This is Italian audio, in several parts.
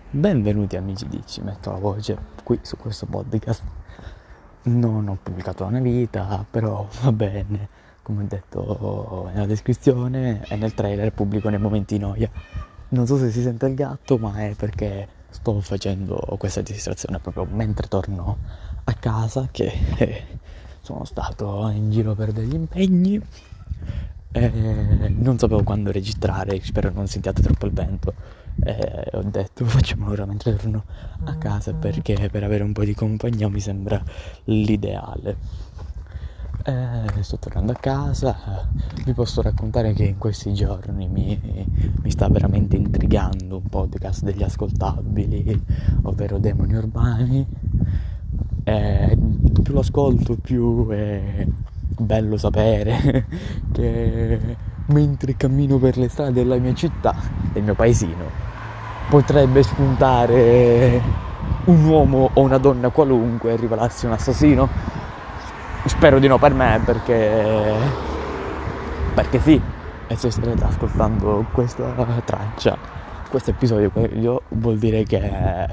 Benvenuti amici di Ci metto la voce qui su questo podcast. Non ho pubblicato da una vita, però va bene, come ho detto nella descrizione e nel trailer pubblico nei momenti di noia. Non so se si sente il gatto, ma è perché sto facendo questa distrazione proprio mentre torno a casa, che sono stato in giro per degli impegni. Non sapevo quando registrare, spero non sentiate troppo il vento. Ho detto facciamolo ora mentre torno a casa, perché per avere un po' di compagnia mi sembra l'ideale. Sto tornando a casa, vi posso raccontare che in questi giorni mi sta veramente intrigando un podcast degli ascoltabili, ovvero Demoni Urbani. Più lo ascolto, più è bello sapere che mentre cammino per le strade della mia città, del mio paesino, potrebbe spuntare un uomo o una donna qualunque e rivelarsi un assassino. Spero di no per me, perché sì. E se starete ascoltando questa traccia, questo episodio, vuol dire che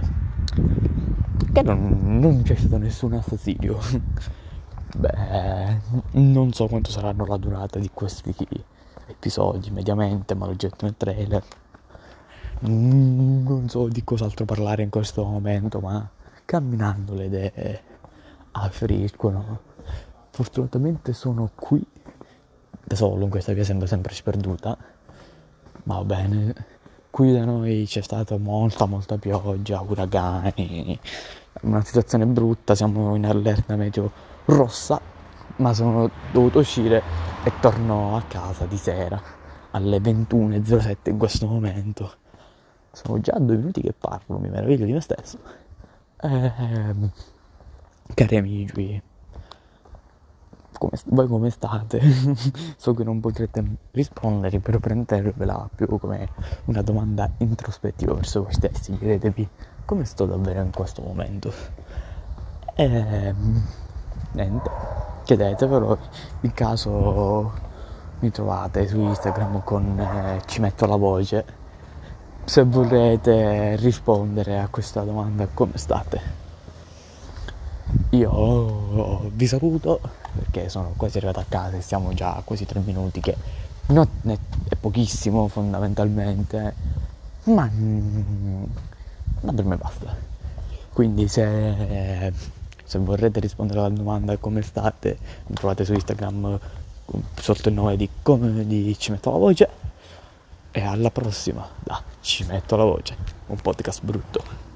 non c'è stato nessun assassinio. Beh, non so quanto saranno la durata di questi episodi mediamente, ma l'ho detto nel trailer. Non so di cos'altro parlare in questo momento, ma camminando le idee affluiscono. Fortunatamente sono qui da solo, in questa via sembra sempre sperduta, ma va bene. Qui da noi c'è stata molta pioggia, uragani, una situazione brutta, siamo in allerta meteo rossa, ma sono dovuto uscire e torno a casa di sera alle 21:07 in questo momento. Sono già 2 minuti che parlo, mi meraviglio di me stesso. Cari amici, voi come state? So che non potrete rispondere, però prendervela più come una domanda introspettiva verso voi stessi. Chiedetevi come sto davvero in questo momento. E niente, chiedetevelo. In caso mi trovate su Instagram con Ci metto la voce, se volete rispondere a questa domanda, come state. Io vi saluto perché sono quasi arrivato a casa e siamo già a quasi 3 minuti, che non è pochissimo fondamentalmente, ma per me basta. Quindi se vorrete rispondere alla domanda come state, mi trovate su Instagram sotto il nome di Ci metto la voce. E alla prossima da Ci metto la voce, un podcast brutto.